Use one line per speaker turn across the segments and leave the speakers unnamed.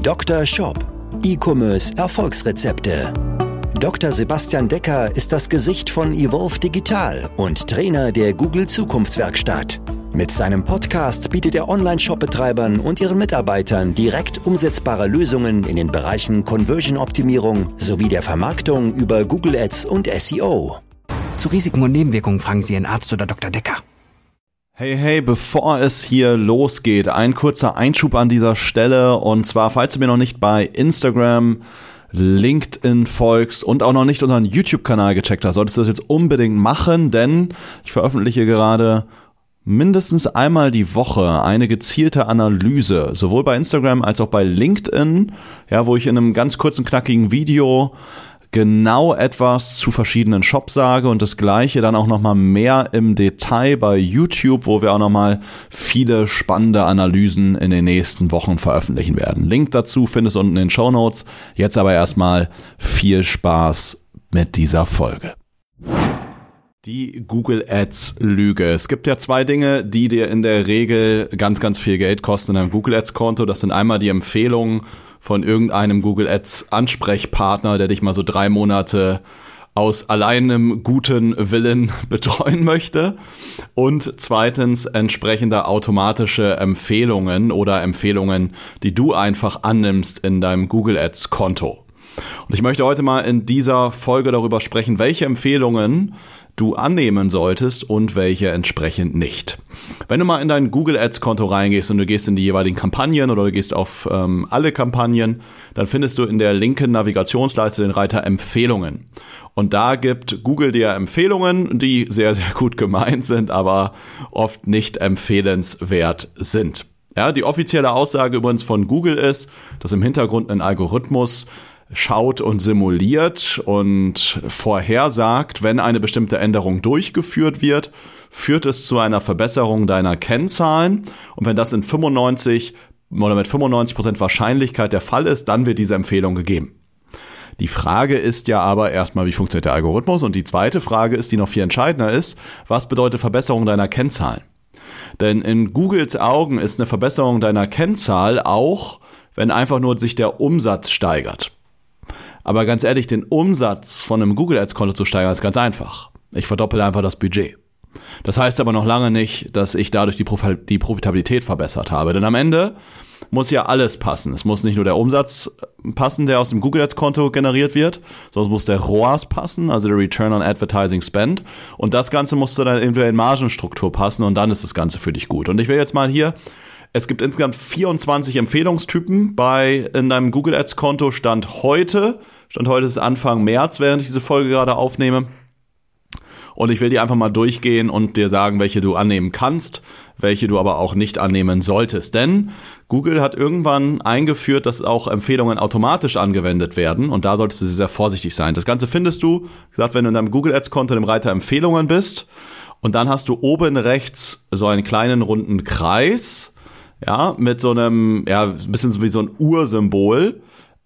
Dr. Shop. E-Commerce Erfolgsrezepte. Dr. Sebastian Decker ist das Gesicht von Evolve Digital und Trainer der Google Zukunftswerkstatt. Mit seinem Podcast bietet er Online-Shop-Betreibern und ihren Mitarbeitern direkt umsetzbare Lösungen in den Bereichen Conversion-Optimierung sowie der Vermarktung über Google Ads und SEO.
Zu Risiken und Nebenwirkungen fragen Sie Ihren Arzt oder Dr. Decker.
Hey, bevor es hier losgeht, ein kurzer Einschub an dieser Stelle. Und zwar, falls du mir noch nicht bei Instagram, LinkedIn folgst und auch noch nicht unseren YouTube-Kanal gecheckt hast, solltest du das jetzt unbedingt machen, denn ich veröffentliche gerade mindestens einmal die Woche eine gezielte Analyse, sowohl bei Instagram als auch bei LinkedIn, ja, wo ich in einem ganz kurzen, knackigen Video genau etwas zu verschiedenen Shops sage und das Gleiche dann auch nochmal mehr im Detail bei YouTube, wo wir auch nochmal viele spannende Analysen in den nächsten Wochen veröffentlichen werden. Link dazu findest du unten in den Shownotes. Jetzt aber erstmal viel Spaß mit dieser Folge. Die Google Ads Lüge. Es gibt ja zwei Dinge, die dir in der Regel ganz, ganz viel Geld kosten in deinem Google Ads Konto. Das sind einmal die Empfehlungen von irgendeinem Google Ads Ansprechpartner, der dich mal so 3 Monate aus alleinem guten Willen betreuen möchte. Und zweitens entsprechende automatische Empfehlungen oder Empfehlungen, die du einfach annimmst in deinem Google Ads Konto. Und ich möchte heute mal in dieser Folge darüber sprechen, welche Empfehlungen du annehmen solltest und welche entsprechend nicht. Wenn du mal in dein Google Ads Konto reingehst und du gehst in die jeweiligen Kampagnen oder du gehst auf alle Kampagnen, dann findest du in der linken Navigationsleiste den Reiter Empfehlungen. Und da gibt Google dir Empfehlungen, die sehr, sehr gut gemeint sind, aber oft nicht empfehlenswert sind. Ja, die offizielle Aussage übrigens von Google ist, dass im Hintergrund ein Algorithmus schaut und simuliert und vorhersagt, wenn eine bestimmte Änderung durchgeführt wird, führt es zu einer Verbesserung deiner Kennzahlen. Und wenn das mit 95% Wahrscheinlichkeit der Fall ist, dann wird diese Empfehlung gegeben. Die Frage ist ja aber erstmal, wie funktioniert der Algorithmus? Und die zweite Frage ist, die noch viel entscheidender ist, was bedeutet Verbesserung deiner Kennzahlen? Denn in Googles Augen ist eine Verbesserung deiner Kennzahl auch, wenn einfach nur sich der Umsatz steigert. Aber ganz ehrlich, den Umsatz von einem Google Ads Konto zu steigern, ist ganz einfach. Ich verdoppele einfach das Budget. Das heißt aber noch lange nicht, dass ich dadurch die Profitabilität verbessert habe. Denn am Ende muss ja alles passen. Es muss nicht nur der Umsatz passen, der aus dem Google Ads Konto generiert wird, sondern es muss der ROAS passen, also der Return on Advertising Spend. Und das Ganze muss zu deiner individuellen Margenstruktur passen und dann ist das Ganze für dich gut. Und ich will jetzt mal hier, es gibt insgesamt 24 Empfehlungstypen in deinem Google Ads Konto. Stand heute ist Anfang März, während ich diese Folge gerade aufnehme. Und ich will die einfach mal durchgehen und dir sagen, welche du annehmen kannst, welche du aber auch nicht annehmen solltest. Denn Google hat irgendwann eingeführt, dass auch Empfehlungen automatisch angewendet werden und da solltest du sehr vorsichtig sein. Das Ganze findest du, wie gesagt, wenn du in deinem Google Ads Konto im Reiter Empfehlungen bist und dann hast du oben rechts so einen kleinen runden Kreis, ja, mit so einem, ja, ein bisschen so wie so ein Uhrsymbol.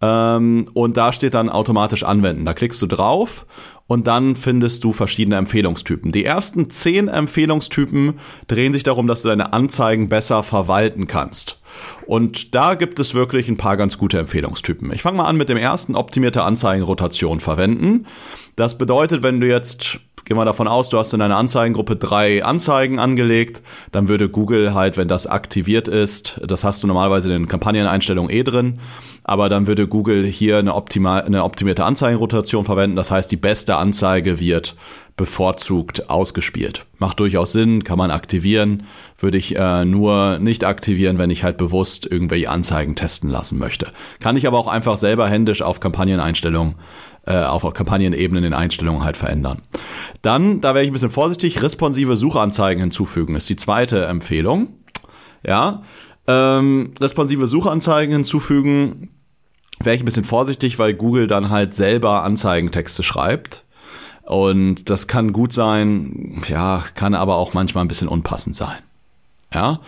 Und da steht dann automatisch anwenden. Da klickst du drauf und dann findest du verschiedene Empfehlungstypen. Die ersten 10 Empfehlungstypen drehen sich darum, dass du deine Anzeigen besser verwalten kannst. Und da gibt es wirklich ein paar ganz gute Empfehlungstypen. Ich fange mal an mit dem ersten, optimierte Anzeigenrotation verwenden. Das bedeutet, wenn du jetzt, gehen wir davon aus, du hast in deiner Anzeigengruppe 3 Anzeigen angelegt, dann würde Google halt, wenn das aktiviert ist, das hast du normalerweise in den Kampagneneinstellungen drin, aber dann würde Google hier eine optimierte Anzeigenrotation verwenden. Das heißt, die beste Anzeige wird bevorzugt ausgespielt. Macht durchaus Sinn, kann man aktivieren, würde ich nur nicht aktivieren, wenn ich halt bewusst irgendwelche Anzeigen testen lassen möchte. Kann ich aber auch einfach selber händisch auf Kampagneneinstellungen, auf Kampagnenebene in den Einstellungen halt verändern. Dann, da wäre ich ein bisschen vorsichtig, responsive Suchanzeigen hinzufügen, ist die zweite Empfehlung. Ja, responsive Suchanzeigen hinzufügen, wäre ich ein bisschen vorsichtig, weil Google dann halt selber Anzeigentexte schreibt. Und das kann gut sein, ja, kann aber auch manchmal ein bisschen unpassend sein. Ja.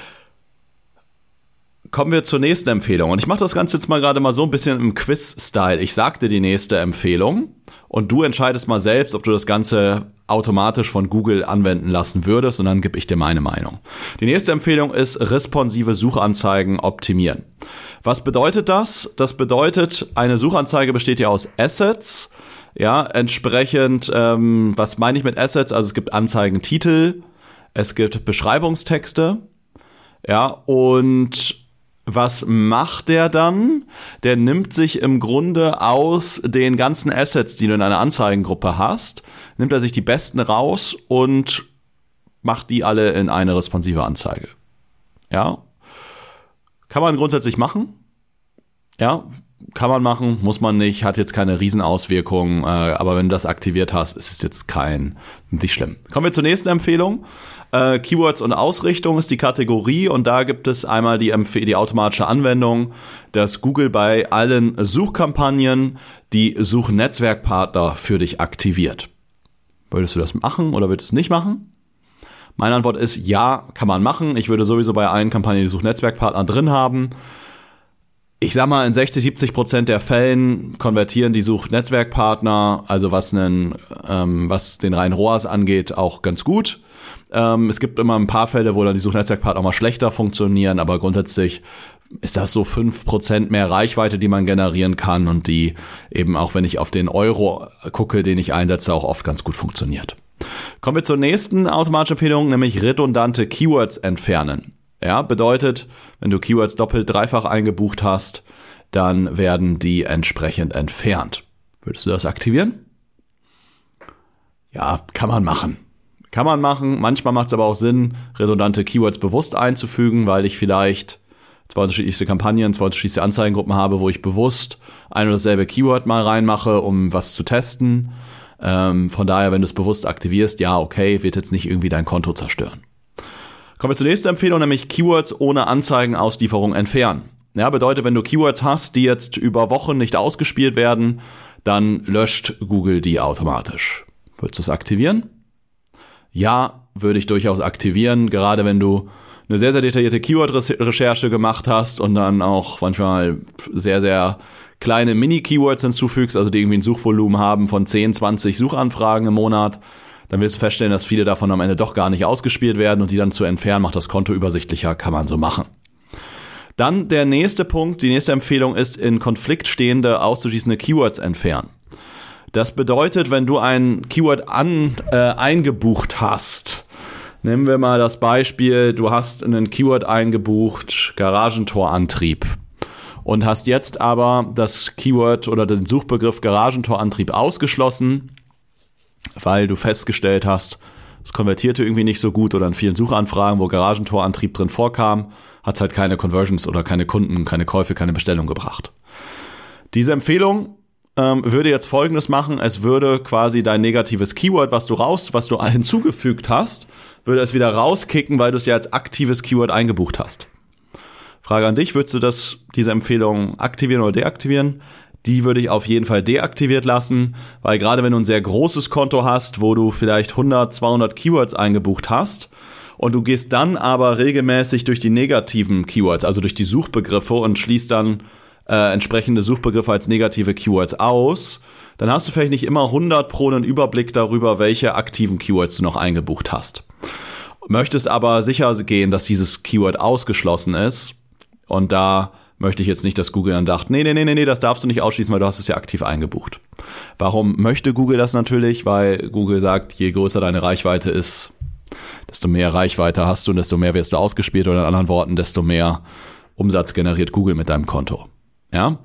Kommen wir zur nächsten Empfehlung. Und ich mache das Ganze jetzt mal gerade mal so ein bisschen im Quiz-Style. Ich sag dir die nächste Empfehlung und du entscheidest mal selbst, ob du das Ganze automatisch von Google anwenden lassen würdest, und dann gebe ich dir meine Meinung. Die nächste Empfehlung ist responsive Suchanzeigen optimieren. Was bedeutet das? Das bedeutet, eine Suchanzeige besteht ja aus Assets. Ja, entsprechend, was meine ich mit Assets? Also es gibt Anzeigentitel, es gibt Beschreibungstexte. Ja, und was macht der dann? Der nimmt sich im Grunde aus den ganzen Assets, die du in einer Anzeigengruppe hast, nimmt er sich die besten raus und macht die alle in eine responsive Anzeige. Ja, kann man grundsätzlich machen. Ja, kann man machen, muss man nicht, hat jetzt keine Riesenauswirkungen, aber wenn du das aktiviert hast, ist es jetzt nicht schlimm. Kommen wir zur nächsten Empfehlung. Keywords und Ausrichtung ist die Kategorie, und da gibt es einmal die automatische Anwendung, dass Google bei allen Suchkampagnen die Suchnetzwerkpartner für dich aktiviert. Würdest du das machen oder würdest du es nicht machen? Meine Antwort ist ja, kann man machen. Ich würde sowieso bei allen Kampagnen die Suchnetzwerkpartner drin haben. Ich sag mal, in 60-70% der Fällen konvertieren die Suchnetzwerkpartner, also was den reinen ROAS angeht, auch ganz gut. Es gibt immer ein paar Fälle, wo dann die Suchnetzwerkpartner auch mal schlechter funktionieren, aber grundsätzlich ist das so 5% mehr Reichweite, die man generieren kann, und die eben auch, wenn ich auf den Euro gucke, den ich einsetze, auch oft ganz gut funktioniert. Kommen wir zur nächsten automatischen Empfehlung, nämlich redundante Keywords entfernen. Ja, bedeutet, wenn du Keywords doppelt, dreifach eingebucht hast, dann werden die entsprechend entfernt. Würdest du das aktivieren? Ja, kann man machen. Kann man machen. Manchmal macht es aber auch Sinn, redundante Keywords bewusst einzufügen, weil ich vielleicht zwei unterschiedliche Kampagnen, zwei unterschiedliche Anzeigengruppen habe, wo ich bewusst ein oder dasselbe Keyword mal reinmache, um was zu testen. Von daher, wenn du es bewusst aktivierst, ja, okay, wird jetzt nicht irgendwie dein Konto zerstören. Kommen wir zur nächsten Empfehlung, nämlich Keywords ohne Anzeigenauslieferung entfernen. Ja, bedeutet, wenn du Keywords hast, die jetzt über Wochen nicht ausgespielt werden, dann löscht Google die automatisch. Würdest du es aktivieren? Ja, würde ich durchaus aktivieren, gerade wenn du eine sehr, sehr detaillierte Keyword-Recherche gemacht hast und dann auch manchmal sehr, sehr kleine Mini-Keywords hinzufügst, also die irgendwie ein Suchvolumen haben von 10, 20 Suchanfragen im Monat, dann wirst du feststellen, dass viele davon am Ende doch gar nicht ausgespielt werden, und die dann zu entfernen, macht das Konto übersichtlicher, kann man so machen. Dann der nächste Punkt, die nächste Empfehlung ist, in Konflikt stehende, auszuschließende Keywords entfernen. Das bedeutet, wenn du ein Keyword eingebucht hast, nehmen wir mal das Beispiel, du hast einen Keyword eingebucht, Garagentorantrieb, und hast jetzt aber das Keyword oder den Suchbegriff Garagentorantrieb ausgeschlossen, weil du festgestellt hast, es konvertierte irgendwie nicht so gut, oder in vielen Suchanfragen, wo Garagentorantrieb drin vorkam, hat es halt keine Conversions oder keine Kunden, keine Käufe, keine Bestellung gebracht. Diese Empfehlung würde jetzt Folgendes machen: Es würde quasi dein negatives Keyword, was du hinzugefügt hast, würde es wieder rauskicken, weil du es ja als aktives Keyword eingebucht hast. Frage an dich, würdest du diese Empfehlung aktivieren oder deaktivieren? Die würde ich auf jeden Fall deaktiviert lassen, weil gerade wenn du ein sehr großes Konto hast, wo du vielleicht 100, 200 Keywords eingebucht hast und du gehst dann aber regelmäßig durch die negativen Keywords, also durch die Suchbegriffe, und schließt dann entsprechende Suchbegriffe als negative Keywords aus, dann hast du vielleicht nicht immer 100% einen Überblick darüber, welche aktiven Keywords du noch eingebucht hast. Möchtest aber sicher gehen, dass dieses Keyword ausgeschlossen ist, und da möchte ich jetzt nicht, dass Google dann dacht, nee, das darfst du nicht ausschließen, weil du hast es ja aktiv eingebucht. Warum möchte Google das natürlich? Weil Google sagt, je größer deine Reichweite ist, desto mehr Reichweite hast du und desto mehr wirst du ausgespielt, oder in anderen Worten, desto mehr Umsatz generiert Google mit deinem Konto. Ja?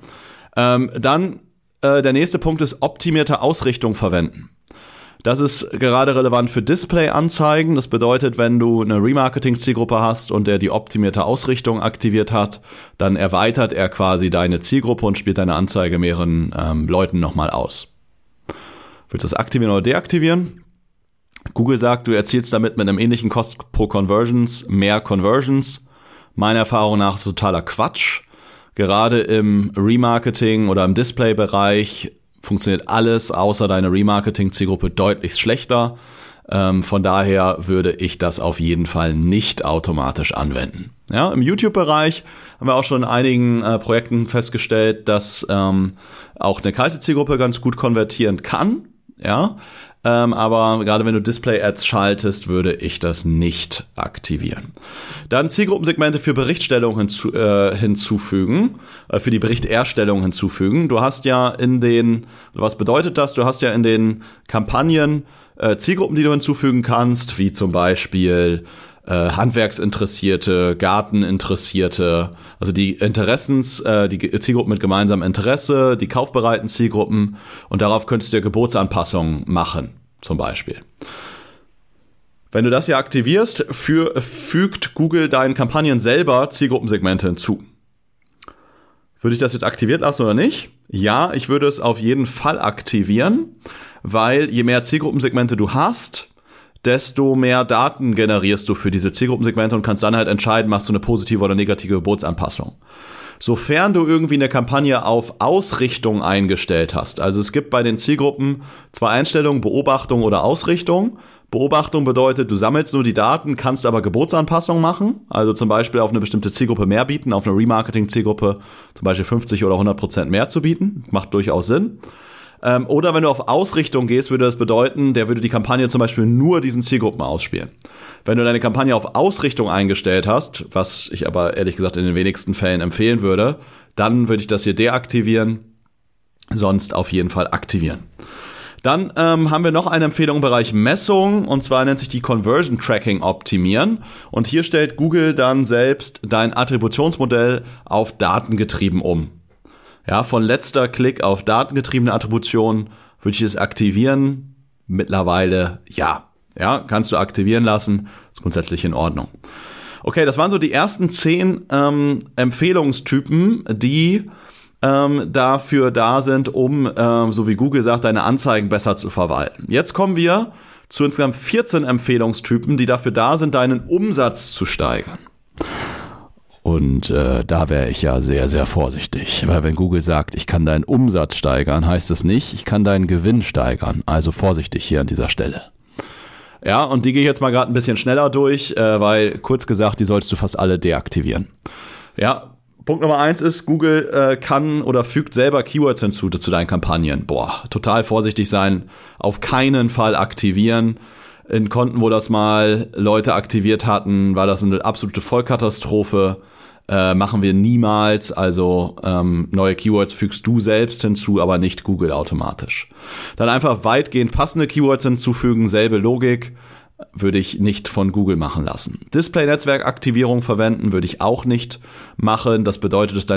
Dann der nächste Punkt ist optimierte Ausrichtung verwenden. Das ist gerade relevant für Display-Anzeigen. Das bedeutet, wenn du eine Remarketing-Zielgruppe hast und der die optimierte Ausrichtung aktiviert hat, dann erweitert er quasi deine Zielgruppe und spielt deine Anzeige mehreren Leuten nochmal aus. Willst du das aktivieren oder deaktivieren? Google sagt, du erzielst damit mit einem ähnlichen Cost pro Conversions mehr Conversions. Meiner Erfahrung nach ist es totaler Quatsch. Gerade im Remarketing oder im Display-Bereich funktioniert alles außer deine Remarketing-Zielgruppe deutlich schlechter. Von daher würde ich das auf jeden Fall nicht automatisch anwenden. Ja, im YouTube-Bereich haben wir auch schon in einigen Projekten festgestellt, dass auch eine kalte Zielgruppe ganz gut konvertieren kann. Ja, aber gerade wenn du Display-Ads schaltest, würde ich das nicht aktivieren. Dann Zielgruppensegmente für Berichtstellung hinzufügen, für die Berichterstellung hinzufügen. Du hast ja was bedeutet das? Du hast ja in den Kampagnen Zielgruppen, die du hinzufügen kannst, wie zum Beispiel Handwerksinteressierte, Garteninteressierte, also die die Zielgruppen mit gemeinsamem Interesse, die kaufbereiten Zielgruppen, und darauf könntest du ja Gebotsanpassungen machen, zum Beispiel. Wenn du das hier aktivierst, fügt Google deinen Kampagnen selber Zielgruppensegmente hinzu. Würde ich das jetzt aktiviert lassen oder nicht? Ja, ich würde es auf jeden Fall aktivieren, weil je mehr Zielgruppensegmente du hast, desto mehr Daten generierst du für diese Zielgruppensegmente und kannst dann halt entscheiden, machst du eine positive oder negative Gebotsanpassung. Sofern du irgendwie eine Kampagne auf Ausrichtung eingestellt hast, also es gibt bei den Zielgruppen zwei Einstellungen, Beobachtung oder Ausrichtung. Beobachtung bedeutet, du sammelst nur die Daten, kannst aber Gebotsanpassungen machen, also zum Beispiel auf eine bestimmte Zielgruppe mehr bieten, auf eine Remarketing-Zielgruppe zum Beispiel 50 oder 100% mehr zu bieten, macht durchaus Sinn. Oder wenn du auf Ausrichtung gehst, würde das bedeuten, der würde die Kampagne zum Beispiel nur diesen Zielgruppen ausspielen. Wenn du deine Kampagne auf Ausrichtung eingestellt hast, was ich aber ehrlich gesagt in den wenigsten Fällen empfehlen würde, dann würde ich das hier deaktivieren, sonst auf jeden Fall aktivieren. Dann haben wir noch eine Empfehlung im Bereich Messung, und zwar nennt sich die Conversion Tracking optimieren. Und hier stellt Google dann selbst dein Attributionsmodell auf datengetrieben um. Ja, von letzter Klick auf datengetriebene Attribution würde ich es aktivieren. Mittlerweile ja. Ja, kannst du aktivieren lassen. Ist grundsätzlich in Ordnung. Okay, das waren so die ersten 10 Empfehlungstypen, die dafür da sind, um, so wie Google sagt, deine Anzeigen besser zu verwalten. Jetzt kommen wir zu insgesamt 14 Empfehlungstypen, die dafür da sind, deinen Umsatz zu steigern. Und da wäre ich ja sehr, sehr vorsichtig, weil wenn Google sagt, ich kann deinen Umsatz steigern, heißt es nicht, ich kann deinen Gewinn steigern. Also vorsichtig hier an dieser Stelle. Ja, und die gehe ich jetzt mal gerade ein bisschen schneller durch, weil kurz gesagt, die sollst du fast alle deaktivieren. Ja, Punkt Nummer 1 ist, Google kann oder fügt selber Keywords hinzu zu deinen Kampagnen. Total vorsichtig sein, auf keinen Fall aktivieren. In Konten, wo das mal Leute aktiviert hatten, war das eine absolute Vollkatastrophe. Machen wir niemals. Also neue Keywords fügst du selbst hinzu, aber nicht Google automatisch. Dann einfach weitgehend passende Keywords hinzufügen, selbe Logik. Würde ich nicht von Google machen lassen. Display-Netzwerk-Aktivierung verwenden würde ich auch nicht machen. Das bedeutet, dass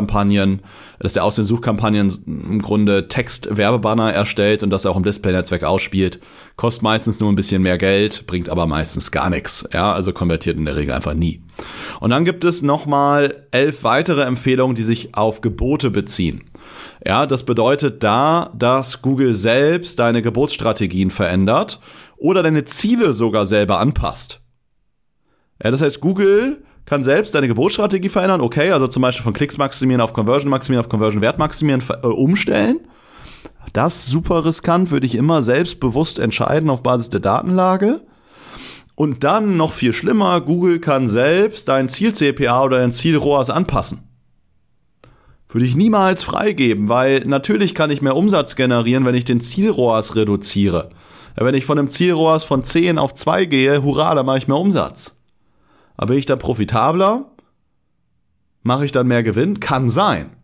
der aus den Suchkampagnen im Grunde Text-Werbebanner erstellt und das auch im Display-Netzwerk ausspielt. Kostet meistens nur ein bisschen mehr Geld, bringt aber meistens gar nichts. Ja, also konvertiert in der Regel einfach nie. Und dann gibt es nochmal 11 weitere Empfehlungen, die sich auf Gebote beziehen. Ja, das bedeutet dass Google selbst deine Gebotsstrategien verändert oder deine Ziele sogar selber anpasst. Ja, das heißt, Google kann selbst deine Gebotsstrategie verändern, okay, also zum Beispiel von Klicks maximieren auf Conversion Wert maximieren umstellen. Das super riskant, würde ich immer selbstbewusst entscheiden auf Basis der Datenlage. Und dann noch viel schlimmer, Google kann selbst dein Ziel-CPA oder dein Ziel-ROAS anpassen. Würde ich niemals freigeben, weil natürlich kann ich mehr Umsatz generieren, wenn ich den Ziel-ROAS reduziere. Wenn ich von einem Ziel-ROAS von 10 auf 2 gehe, hurra, dann mache ich mehr Umsatz. Aber bin ich dann profitabler? Mache ich dann mehr Gewinn? Kann sein.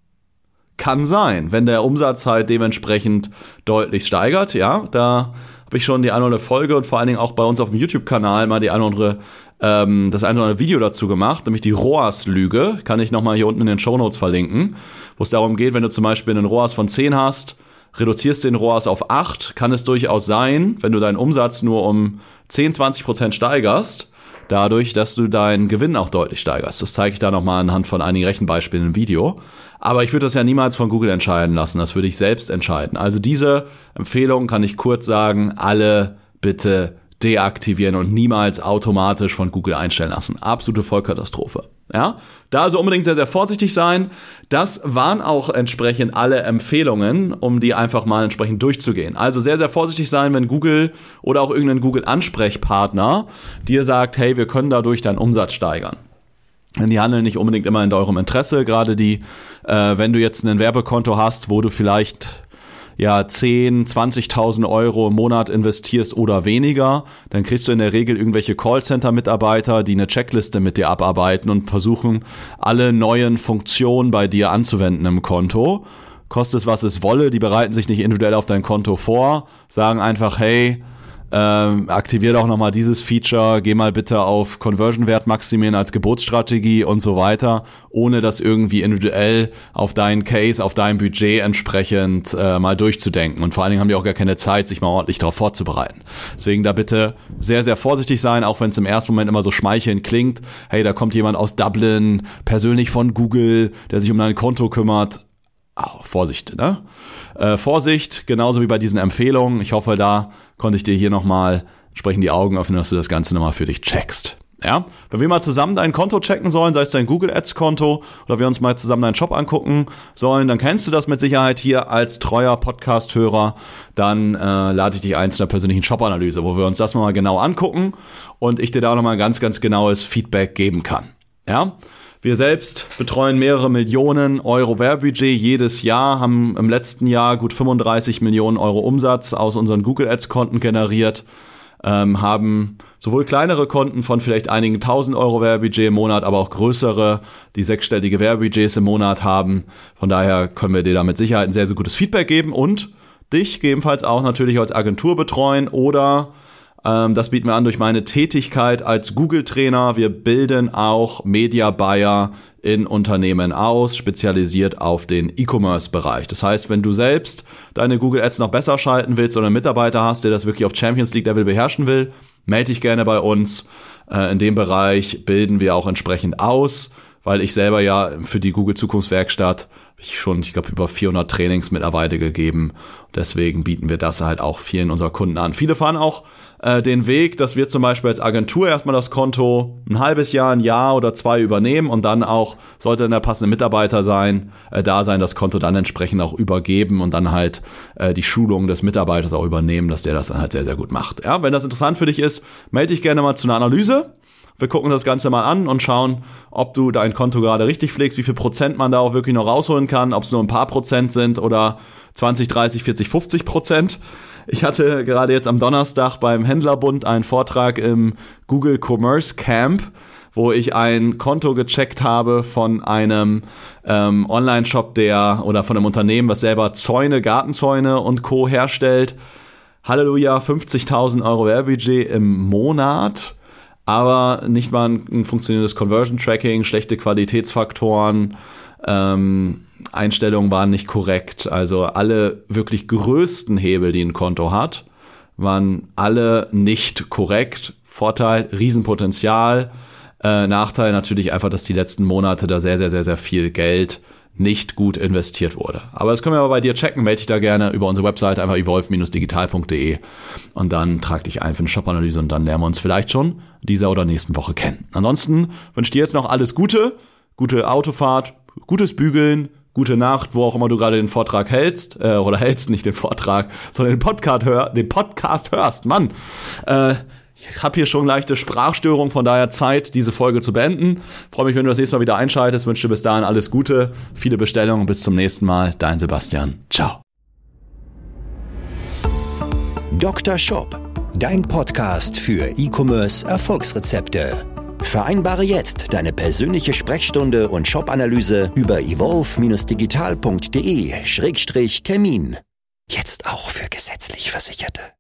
Kann sein, wenn der Umsatz halt dementsprechend deutlich steigert. Ja, da habe ich schon die eine oder andere Folge und vor allen Dingen auch bei uns auf dem YouTube-Kanal mal das eine oder andere Video dazu gemacht, nämlich die ROAS-Lüge. Kann ich nochmal hier unten in den Shownotes verlinken, wo es darum geht, wenn du zum Beispiel einen ROAS von 10 hast, reduzierst den ROAS auf 8, kann es durchaus sein, wenn du deinen Umsatz nur um 10-20% steigerst, dadurch, dass du deinen Gewinn auch deutlich steigerst. Das zeige ich da nochmal anhand von einigen Rechenbeispielen im Video. Aber ich würde das ja niemals von Google entscheiden lassen, das würde ich selbst entscheiden. Also diese Empfehlungen kann ich kurz sagen, alle bitte deaktivieren und niemals automatisch von Google einstellen lassen. Absolute Vollkatastrophe. Ja, da also unbedingt sehr, sehr vorsichtig sein. Das waren auch entsprechend alle Empfehlungen, um die einfach mal entsprechend durchzugehen. Also sehr, sehr vorsichtig sein, wenn Google oder auch irgendein Google-Ansprechpartner dir sagt, hey, wir können dadurch deinen Umsatz steigern. Denn die handeln nicht unbedingt immer in eurem Interesse, gerade wenn du jetzt ein Werbekonto hast, wo du vielleicht ja 10, 20.000 Euro im Monat investierst oder weniger, dann kriegst du in der Regel irgendwelche Callcenter-Mitarbeiter, die eine Checkliste mit dir abarbeiten und versuchen, alle neuen Funktionen bei dir anzuwenden im Konto. Kostet es, was es wolle, die bereiten sich nicht individuell auf dein Konto vor, sagen einfach, hey, aktivier doch nochmal dieses Feature, geh mal bitte auf Conversion-Wert maximieren als Geburtsstrategie und so weiter, ohne das irgendwie individuell auf deinen Case, auf dein Budget entsprechend mal durchzudenken. Und vor allen Dingen haben die auch gar keine Zeit, sich mal ordentlich darauf vorzubereiten. Deswegen da bitte sehr, sehr vorsichtig sein, auch wenn es im ersten Moment immer so schmeichelnd klingt. Hey, da kommt jemand aus Dublin, persönlich von Google, der sich um dein Konto kümmert. Vorsicht, ne? Vorsicht, genauso wie bei diesen Empfehlungen. Ich hoffe, da konnte ich dir hier nochmal entsprechend die Augen öffnen, dass du das Ganze nochmal für dich checkst. Ja? Wenn wir mal zusammen dein Konto checken sollen, sei es dein Google Ads Konto oder wir uns mal zusammen deinen Shop angucken sollen, dann kennst du das mit Sicherheit hier als treuer Podcast-Hörer. Dann lade ich dich ein zu einer persönlichen Shop-Analyse, wo wir uns das mal genau angucken und ich dir da nochmal ganz, ganz genaues Feedback geben kann. Ja? Wir selbst betreuen mehrere Millionen Euro Werbebudget jedes Jahr, haben im letzten Jahr gut 35 Millionen Euro Umsatz aus unseren Google Ads Konten generiert, haben sowohl kleinere Konten von vielleicht einigen 1.000 Euro Werbebudget im Monat, aber auch größere, die sechsstellige Werbebudgets im Monat haben. Von daher können wir dir da mit Sicherheit ein sehr, sehr gutes Feedback geben und dich gegebenenfalls auch natürlich als Agentur betreuen oder das bieten wir an durch meine Tätigkeit als Google-Trainer. Wir bilden auch Media-Buyer in Unternehmen aus, spezialisiert auf den E-Commerce-Bereich. Das heißt, wenn du selbst deine Google Ads noch besser schalten willst oder einen Mitarbeiter hast, der das wirklich auf Champions League-Level beherrschen will, melde dich gerne bei uns. In dem Bereich bilden wir auch entsprechend aus, weil ich selber ja für die Google-Zukunftswerkstatt ich glaube, über 400 Trainingsmitarbeiter gegeben. Deswegen bieten wir das halt auch vielen unserer Kunden an. Viele fahren auch den Weg, dass wir zum Beispiel als Agentur erstmal das Konto ein halbes Jahr, ein Jahr oder 2 übernehmen und dann auch, sollte dann der passende Mitarbeiter da sein, das Konto dann entsprechend auch übergeben und dann halt die Schulung des Mitarbeiters auch übernehmen, dass der das dann halt sehr, sehr gut macht. Ja, wenn das interessant für dich ist, melde dich gerne mal zu einer Analyse. Wir gucken das Ganze mal an und schauen, ob du dein Konto gerade richtig pflegst, wie viel Prozent man da auch wirklich noch rausholen kann, ob es nur ein paar Prozent sind oder 20, 30, 40, 50%. Ich hatte gerade jetzt am Donnerstag beim Händlerbund einen Vortrag im Google Commerce Camp, wo ich ein Konto gecheckt habe von einem Online-Shop, oder von einem Unternehmen, was selber Zäune, Gartenzäune und Co. herstellt. Halleluja, 50.000 Euro Werbebudget im Monat. Aber nicht mal ein funktionierendes Conversion-Tracking, schlechte Qualitätsfaktoren, Einstellungen waren nicht korrekt. Also alle wirklich größten Hebel, die ein Konto hat, waren alle nicht korrekt. Vorteil, Riesenpotenzial. Nachteil natürlich einfach, dass die letzten Monate da sehr, sehr, sehr, sehr viel Geld nicht gut investiert wurde. Aber das können wir aber bei dir checken. Melde dich da gerne über unsere Website, einfach evolve-digital.de und dann trag dich ein für eine Shop-Analyse und dann lernen wir uns vielleicht schon dieser oder nächsten Woche kennen. Ansonsten wünsche ich dir jetzt noch alles Gute, gute Autofahrt, gutes Bügeln, gute Nacht, wo auch immer du gerade den Vortrag hältst, nicht den Vortrag, sondern den Podcast hörst. Mann, ich habe hier schon leichte Sprachstörung, von daher Zeit, diese Folge zu beenden. Freue mich, wenn du das nächste Mal wieder einschaltest. Wünsche dir bis dahin alles Gute, viele Bestellungen. Bis zum nächsten Mal. Dein Sebastian. Ciao.
Dr. Shop, dein Podcast für E-Commerce Erfolgsrezepte. Vereinbare jetzt deine persönliche Sprechstunde und Shop-Analyse über evolve-digital.de/Termin. Jetzt auch für gesetzlich Versicherte.